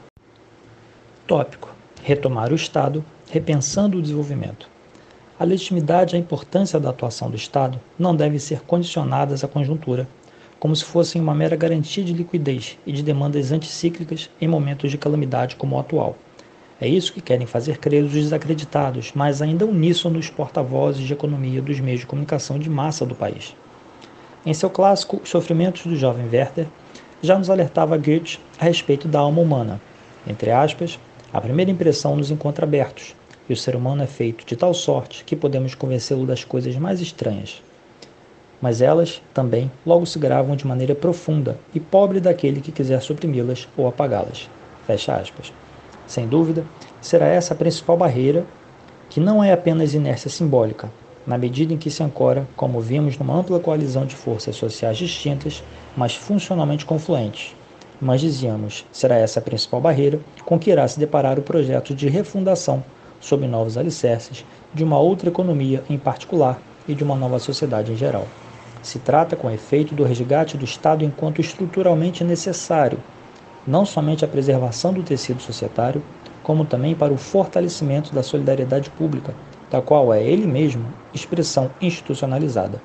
Tópico: retomar o Estado, repensando o desenvolvimento. A legitimidade e a importância da atuação do Estado não devem ser condicionadas à conjuntura, como se fossem uma mera garantia de liquidez e de demandas anticíclicas em momentos de calamidade como o atual. É isso que querem fazer crer os desacreditados, mas ainda uníssonos porta-vozes de economia dos meios de comunicação de massa do país. Em seu clássico Os Sofrimentos do Jovem Werther, já nos alertava Goethe a respeito da alma humana. Entre aspas, a primeira impressão nos encontra abertos, e o ser humano é feito de tal sorte que podemos convencê-lo das coisas mais estranhas. Mas elas, também, logo se gravam de maneira profunda e pobre daquele que quiser suprimi-las ou apagá-las. Fecha aspas. Sem dúvida, será essa a principal barreira, que não é apenas inércia simbólica, na medida em que se ancora, como vimos, numa ampla coalizão de forças sociais distintas, mas funcionalmente confluentes. Mas dizíamos, será essa a principal barreira com que irá se deparar o projeto de refundação, sob novos alicerces, de uma outra economia em particular e de uma nova sociedade em geral. Se trata, com efeito, do resgate do Estado enquanto estruturalmente necessário, não somente a preservação do tecido societário, como também para o fortalecimento da solidariedade pública, da qual é ele mesmo expressão institucionalizada.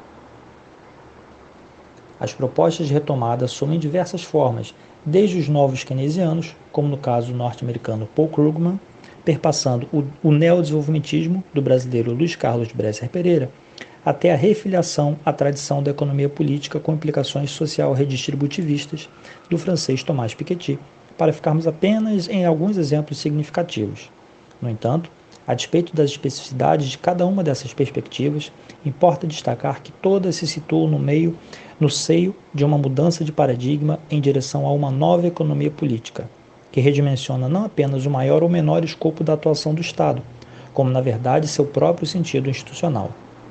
As propostas de retomada assumem diversas formas, desde os novos keynesianos, como no caso do norte-americano Paul Krugman, perpassando o neodesenvolvimentismo do brasileiro Luiz Carlos Bresser Pereira, até a refiliação à tradição da economia política com implicações social-redistributivistas do francês Thomas Piketty, para ficarmos apenas em alguns exemplos significativos. No entanto, a despeito das especificidades de cada uma dessas perspectivas, importa destacar que todas se situam no seio de uma mudança de paradigma em direção a uma nova economia política, que redimensiona não apenas o maior ou menor escopo da atuação do Estado, como na verdade seu próprio sentido institucional.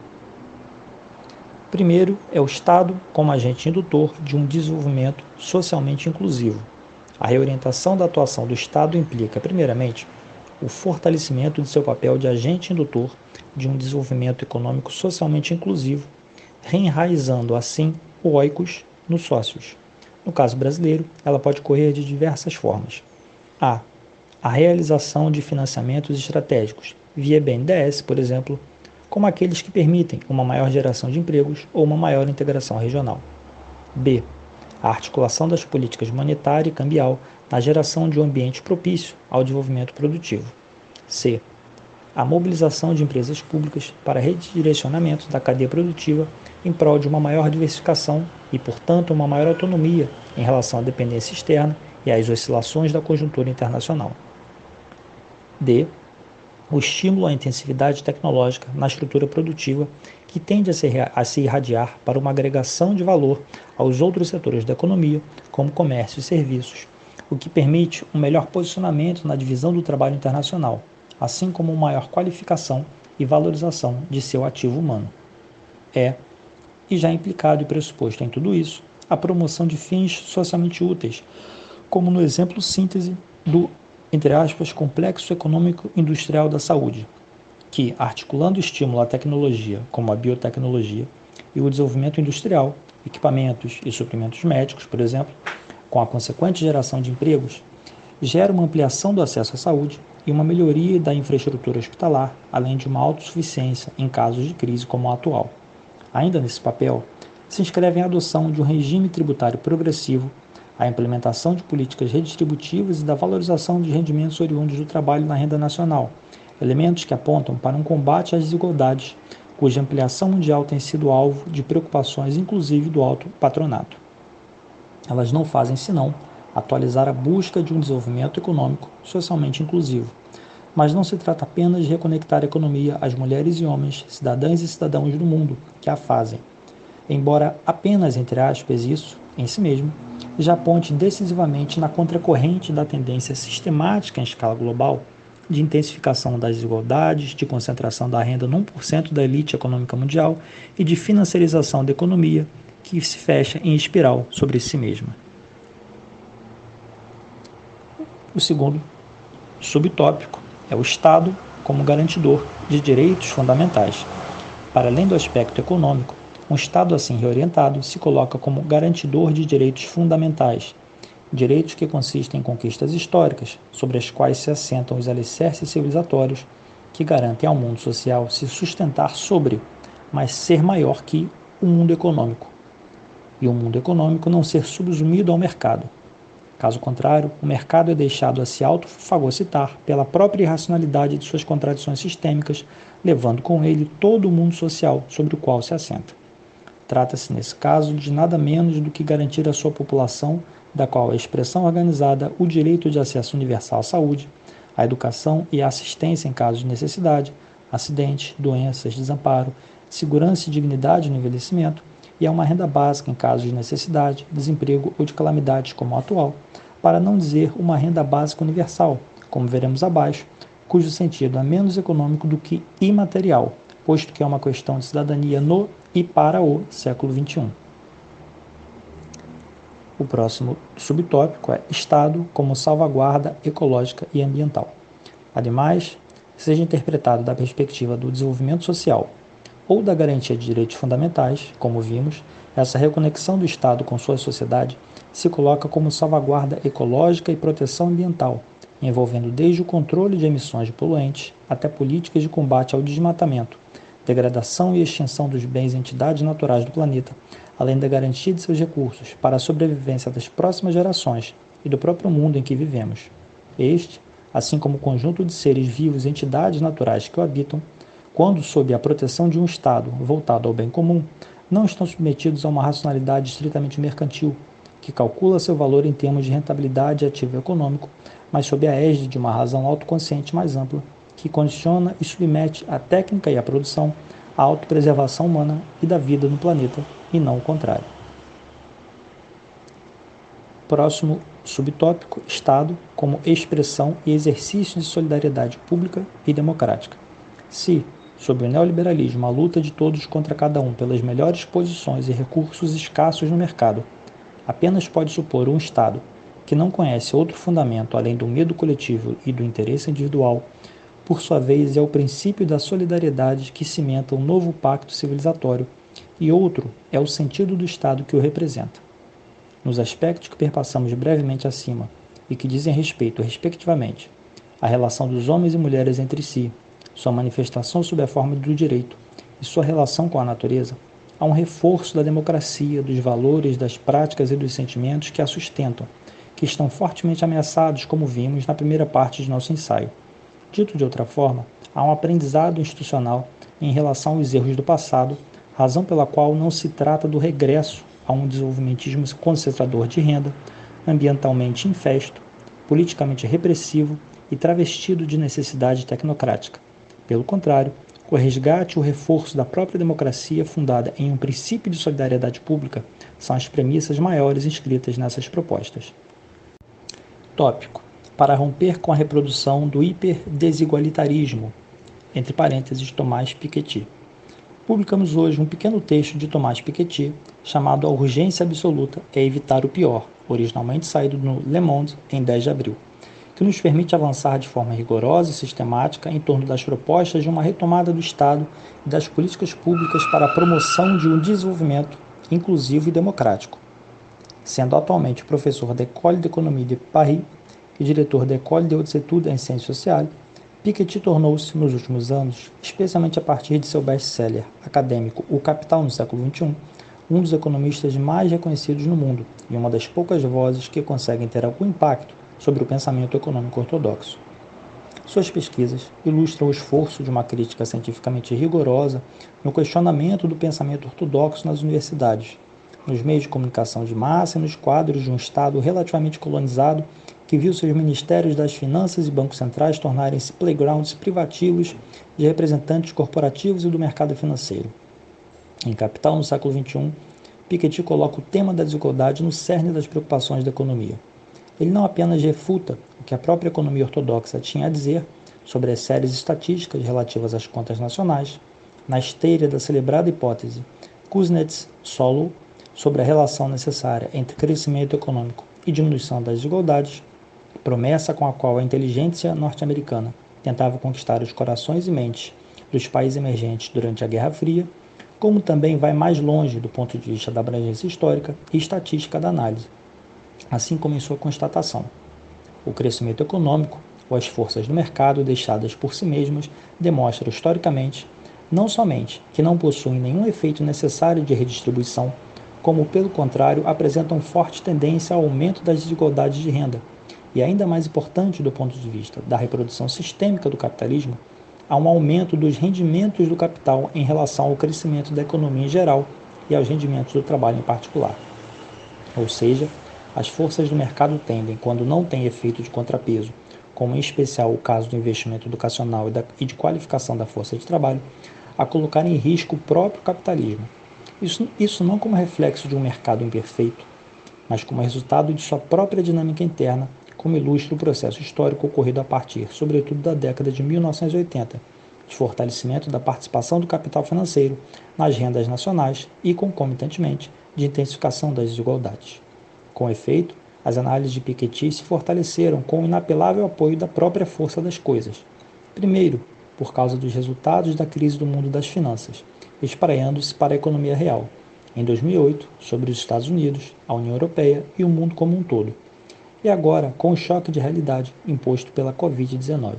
Primeiro é o Estado como agente indutor de um desenvolvimento socialmente inclusivo. A reorientação da atuação do Estado implica, primeiramente, o fortalecimento de seu papel de agente indutor de um desenvolvimento econômico socialmente inclusivo, reenraizando assim o oikos nos sócios. No caso brasileiro, ela pode ocorrer de diversas formas. A realização de financiamentos estratégicos, via BNDES, por exemplo, como aqueles que permitem uma maior geração de empregos ou uma maior integração regional. B. A articulação das políticas monetária e cambial na geração de um ambiente propício ao desenvolvimento produtivo. C. A mobilização de empresas públicas para redirecionamento da cadeia produtiva em prol de uma maior diversificação e, portanto, uma maior autonomia em relação à dependência externa e às oscilações da conjuntura internacional. D. O estímulo à intensividade tecnológica na estrutura produtiva que tende a se irradiar para uma agregação de valor aos outros setores da economia, como comércio e serviços, o que permite um melhor posicionamento na divisão do trabalho internacional, assim como uma maior qualificação e valorização de seu ativo humano. E já implicado e pressuposto em tudo isso, a promoção de fins socialmente úteis, como no exemplo síntese do, entre aspas, complexo econômico industrial da saúde, que, articulando o estímulo à tecnologia, como a biotecnologia, e o desenvolvimento industrial, equipamentos e suprimentos médicos, por exemplo, com a consequente geração de empregos, gera uma ampliação do acesso à saúde e uma melhoria da infraestrutura hospitalar, além de uma autossuficiência em casos de crise como a atual. Ainda nesse papel, se inscreve a adoção de um regime tributário progressivo, a implementação de políticas redistributivas e da valorização de rendimentos oriundos do trabalho na renda nacional, elementos que apontam para um combate às desigualdades, cuja ampliação mundial tem sido alvo de preocupações inclusive do alto patronato. Elas não fazem senão atualizar a busca de um desenvolvimento econômico socialmente inclusivo. Mas não se trata apenas de reconectar a economia às mulheres e homens, cidadãs e cidadãos do mundo que a fazem. Embora apenas, entre aspas, isso, em si mesmo, já aponte decisivamente na contracorrente da tendência sistemática em escala global de intensificação das desigualdades, de concentração da renda no 1% da elite econômica mundial e de financiarização da economia que se fecha em espiral sobre si mesma. O segundo subtópico é o Estado como garantidor de direitos fundamentais. Para além do aspecto econômico, um Estado assim reorientado se coloca como garantidor de direitos fundamentais, direitos que consistem em conquistas históricas, sobre as quais se assentam os alicerces civilizatórios que garantem ao mundo social se sustentar sobre, mas ser maior que, o mundo econômico, e o mundo econômico não ser subsumido ao mercado. Caso contrário, o mercado é deixado a se autofagocitar pela própria irracionalidade de suas contradições sistêmicas, levando com ele todo o mundo social sobre o qual se assenta. Trata-se, nesse caso, de nada menos do que garantir à sua população, da qual é expressão organizada, o direito de acesso universal à saúde, à educação e à assistência em casos de necessidade, acidentes, doenças, desamparo, segurança e dignidade no envelhecimento, e a uma renda básica em casos de necessidade, desemprego ou de calamidades como a atual, para não dizer uma renda básica universal, como veremos abaixo, cujo sentido é menos econômico do que imaterial, posto que é uma questão de cidadania no e para o século XXI. O próximo subtópico é Estado como salvaguarda ecológica e ambiental. Ademais, seja interpretado da perspectiva do desenvolvimento social ou da garantia de direitos fundamentais, como vimos, essa reconexão do Estado com sua sociedade se coloca como salvaguarda ecológica e proteção ambiental, envolvendo desde o controle de emissões de poluentes até políticas de combate ao desmatamento, degradação e extinção dos bens e entidades naturais do planeta, além da garantia de seus recursos para a sobrevivência das próximas gerações e do próprio mundo em que vivemos. Este, assim como o conjunto de seres vivos e entidades naturais que o habitam, quando sob a proteção de um Estado voltado ao bem comum, não estão submetidos a uma racionalidade estritamente mercantil, que calcula seu valor em termos de rentabilidade e ativo econômico, mas sob a égide de uma razão autoconsciente mais ampla, que condiciona e submete a técnica e a produção à autopreservação humana e da vida no planeta, e não o contrário. Próximo subtópico, Estado como expressão e exercício de solidariedade pública e democrática. Se, sob o neoliberalismo, a luta de todos contra cada um pelas melhores posições e recursos escassos no mercado apenas pode supor um Estado que não conhece outro fundamento além do medo coletivo e do interesse individual, por sua vez é o princípio da solidariedade que cimenta um novo pacto civilizatório, e outro é o sentido do Estado que o representa. Nos aspectos que perpassamos brevemente acima e que dizem respeito, respectivamente, à relação dos homens e mulheres entre si, sua manifestação sob a forma do direito e sua relação com a natureza, há um reforço da democracia, dos valores, das práticas e dos sentimentos que a sustentam, que estão fortemente ameaçados, como vimos na primeira parte de nosso ensaio. Dito de outra forma, há um aprendizado institucional em relação aos erros do passado, razão pela qual não se trata do regresso a um desenvolvimentismo concentrador de renda, ambientalmente infesto, politicamente repressivo e travestido de necessidade tecnocrática. Pelo contrário, o resgate e o reforço da própria democracia fundada em um princípio de solidariedade pública são as premissas maiores inscritas nessas propostas. Tópico: para romper com a reprodução do hiperdesigualitarismo, entre parênteses, Tomás Piketty. Publicamos hoje um pequeno texto de Tomás Piketty chamado A Urgência Absoluta é Evitar o Pior, originalmente saído no Le Monde em 10 de abril, que nos permite avançar de forma rigorosa e sistemática em torno das propostas de uma retomada do Estado e das políticas públicas para a promoção de um desenvolvimento inclusivo e democrático. Sendo atualmente professor da École d'économie de Paris e diretor da École de Hautes Études en Sciences Sociales, Piketty tornou-se, nos últimos anos, especialmente a partir de seu best-seller acadêmico O Capital no século XXI, um dos economistas mais reconhecidos no mundo e uma das poucas vozes que conseguem ter algum impacto sobre o pensamento econômico ortodoxo. Suas pesquisas ilustram o esforço de uma crítica cientificamente rigorosa no questionamento do pensamento ortodoxo nas universidades, nos meios de comunicação de massa e nos quadros de um Estado relativamente colonizado que viu seus ministérios das finanças e bancos centrais tornarem-se playgrounds privativos de representantes corporativos e do mercado financeiro. Em Capital, no século XXI, Piketty coloca o tema da desigualdade no cerne das preocupações da economia. Ele não apenas refuta o que a própria economia ortodoxa tinha a dizer sobre as séries estatísticas relativas às contas nacionais, na esteira da celebrada hipótese Kuznets-Solow sobre a relação necessária entre crescimento econômico e diminuição das desigualdades, promessa com a qual a inteligência norte-americana tentava conquistar os corações e mentes dos países emergentes durante a Guerra Fria, como também vai mais longe do ponto de vista da abrangência histórica e estatística da análise, assim como em sua constatação. O crescimento econômico, ou as forças do mercado deixadas por si mesmas, demonstram historicamente não somente que não possuem nenhum efeito necessário de redistribuição, como, pelo contrário, apresentam forte tendência ao aumento das desigualdades de renda, e ainda mais importante do ponto de vista da reprodução sistêmica do capitalismo, há um aumento dos rendimentos do capital em relação ao crescimento da economia em geral e aos rendimentos do trabalho em particular. Ou seja, as forças do mercado tendem, quando não tem efeito de contrapeso, como em especial o caso do investimento educacional e de qualificação da força de trabalho, a colocar em risco o próprio capitalismo. Isso não como reflexo de um mercado imperfeito, mas como resultado de sua própria dinâmica interna, como ilustra o processo histórico ocorrido a partir, sobretudo, da década de 1980, de fortalecimento da participação do capital financeiro nas rendas nacionais e, concomitantemente, de intensificação das desigualdades. Com efeito, as análises de Piketty se fortaleceram com o inapelável apoio da própria força das coisas. Primeiro, por causa dos resultados da crise do mundo das finanças, espraiando-se para a economia real, em 2008, sobre os Estados Unidos, a União Europeia e o mundo como um todo, e agora com o choque de realidade imposto pela Covid-19.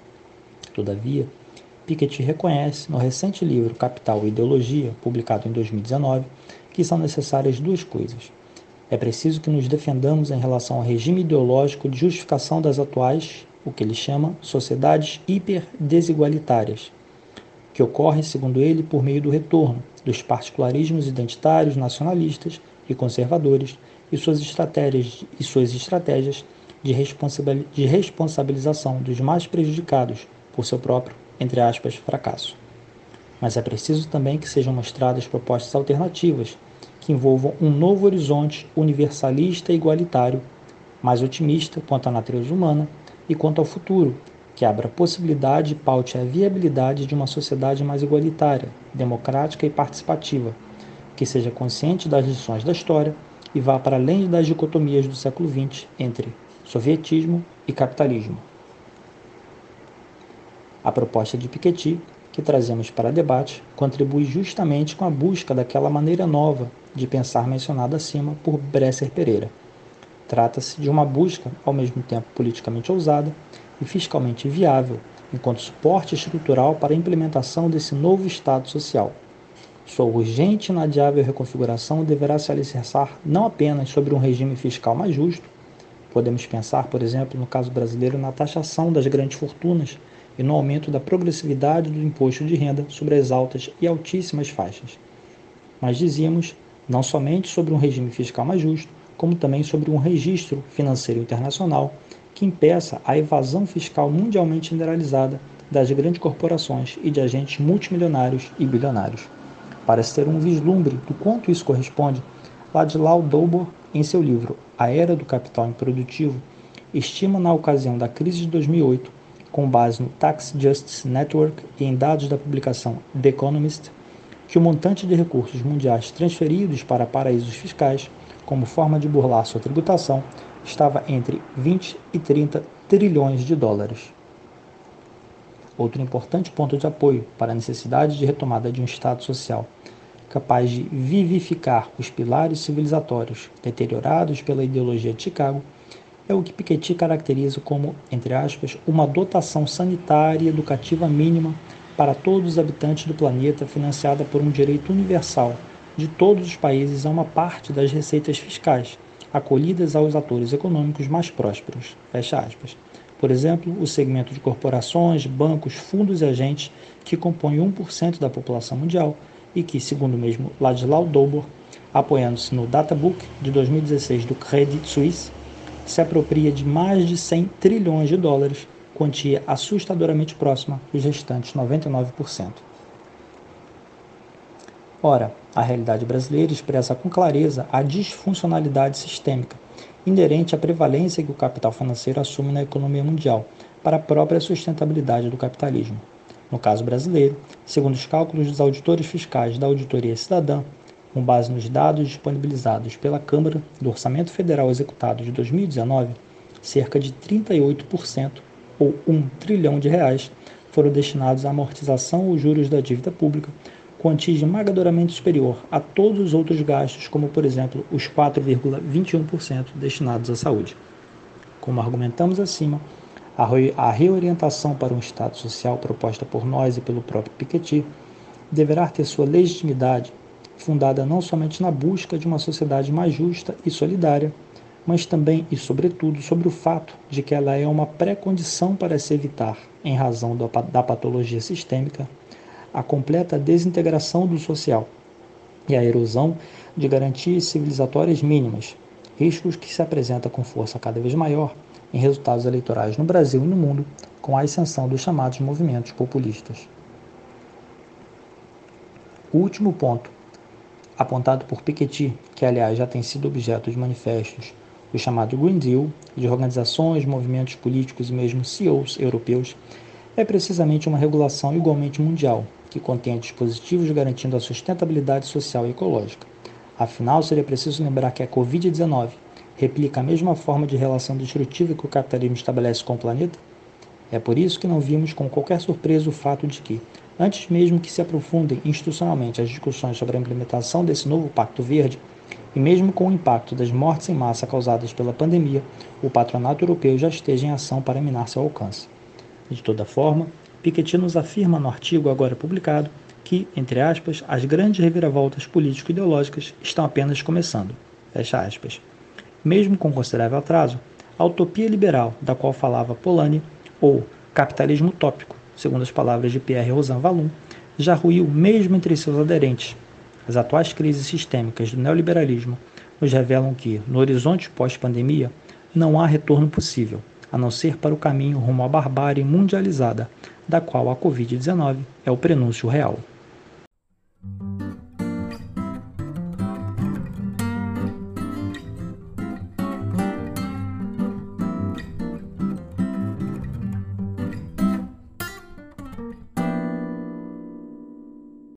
Todavia, Piketty reconhece no recente livro Capital e Ideologia, publicado em 2019, que são necessárias duas coisas. É preciso que nos defendamos em relação ao regime ideológico de justificação das atuais, o que ele chama, sociedades hiperdesigualitárias, que ocorrem, segundo ele, por meio do retorno dos particularismos identitários, nacionalistas e conservadores e suas estratégias de responsabilização dos mais prejudicados por seu próprio, entre aspas, fracasso. Mas é preciso também que sejam mostradas propostas alternativas que envolvam um novo horizonte universalista e igualitário, mais otimista quanto à natureza humana e quanto ao futuro, que abra possibilidade e paute a viabilidade de uma sociedade mais igualitária, democrática e participativa, que seja consciente das lições da história e vá para além das dicotomias do século XX entre sovietismo e capitalismo. A proposta de Piketty, que trazemos para debate, contribui justamente com a busca daquela maneira nova de pensar mencionada acima por Bresser Pereira. Trata-se de uma busca, ao mesmo tempo politicamente ousada e fiscalmente viável, enquanto suporte estrutural para a implementação desse novo Estado social. Sua urgente e inadiável reconfiguração deverá se alicerçar não apenas sobre um regime fiscal mais justo, podemos pensar, por exemplo, no caso brasileiro, na taxação das grandes fortunas e no aumento da progressividade do imposto de renda sobre as altas e altíssimas faixas. Mas dizíamos, não somente sobre um regime fiscal mais justo, como também sobre um registro financeiro internacional que impeça a evasão fiscal mundialmente generalizada das grandes corporações e de agentes multimilionários e bilionários. Para se ter um vislumbre do quanto isso corresponde, Ladislau Dobor, em seu livro A Era do Capital Improdutivo, estima na ocasião da crise de 2008, com base no Tax Justice Network e em dados da publicação The Economist, que o montante de recursos mundiais transferidos para paraísos fiscais, como forma de burlar sua tributação, estava entre 20 e 30 trilhões de dólares. Outro importante ponto de apoio para a necessidade de retomada de um Estado social capaz de vivificar os pilares civilizatórios deteriorados pela ideologia de Chicago é o que Piketty caracteriza como, entre aspas, uma dotação sanitária e educativa mínima para todos os habitantes do planeta, financiada por um direito universal de todos os países a uma parte das receitas fiscais, acolhidas aos atores econômicos mais prósperos, fecha aspas. Por exemplo, o segmento de corporações, bancos, fundos e agentes que compõem 1% da população mundial e que, segundo o mesmo Ladislau Dobor, apoiando-se no Databook de 2016 do Credit Suisse, se apropria de mais de 100 trilhões de dólares, quantia assustadoramente próxima dos restantes 99%. Ora, a realidade brasileira expressa com clareza a disfuncionalidade sistêmica inerente à prevalência que o capital financeiro assume na economia mundial para a própria sustentabilidade do capitalismo. No caso brasileiro, segundo os cálculos dos auditores fiscais da Auditoria Cidadã, com base nos dados disponibilizados pela Câmara do Orçamento Federal executado de 2019, cerca de 38%, ou R$1 trilhão, foram destinados à amortização ou juros da dívida pública, quantia esmagadoramente superior a todos os outros gastos, como, por exemplo, os 4,21% destinados à saúde. Como argumentamos acima, a reorientação para um Estado social proposta por nós e pelo próprio Piketty deverá ter sua legitimidade fundada não somente na busca de uma sociedade mais justa e solidária, mas também e sobretudo sobre o fato de que ela é uma pré-condição para se evitar, em razão da patologia sistêmica, a completa desintegração do social e a erosão de garantias civilizatórias mínimas, riscos que se apresentam com força cada vez maior em resultados eleitorais no Brasil e no mundo, com a ascensão dos chamados movimentos populistas. O último ponto, apontado por Piketty, que aliás já tem sido objeto de manifestos do chamado Green Deal, de organizações, movimentos políticos e mesmo CEOs europeus, é precisamente uma regulação igualmente mundial, que contém dispositivos garantindo a sustentabilidade social e ecológica. Afinal, seria preciso lembrar que a Covid-19 replica a mesma forma de relação destrutiva que o capitalismo estabelece com o planeta? É por isso que não vimos com qualquer surpresa o fato de que, antes mesmo que se aprofundem institucionalmente as discussões sobre a implementação desse novo Pacto Verde, e mesmo com o impacto das mortes em massa causadas pela pandemia, o patronato europeu já esteja em ação para minar seu alcance. De toda forma, Piketty nos afirma no artigo agora publicado que, entre aspas, as grandes reviravoltas político-ideológicas estão apenas começando. Fecha aspas. Mesmo com considerável atraso, a utopia liberal da qual falava Polanyi, ou capitalismo utópico, segundo as palavras de Pierre Rosan Vallon, já ruiu mesmo entre seus aderentes. As atuais crises sistêmicas do neoliberalismo nos revelam que, no horizonte pós-pandemia, não há retorno possível, a não ser para o caminho rumo à barbárie mundializada, da qual a Covid-19 é o prenúncio real.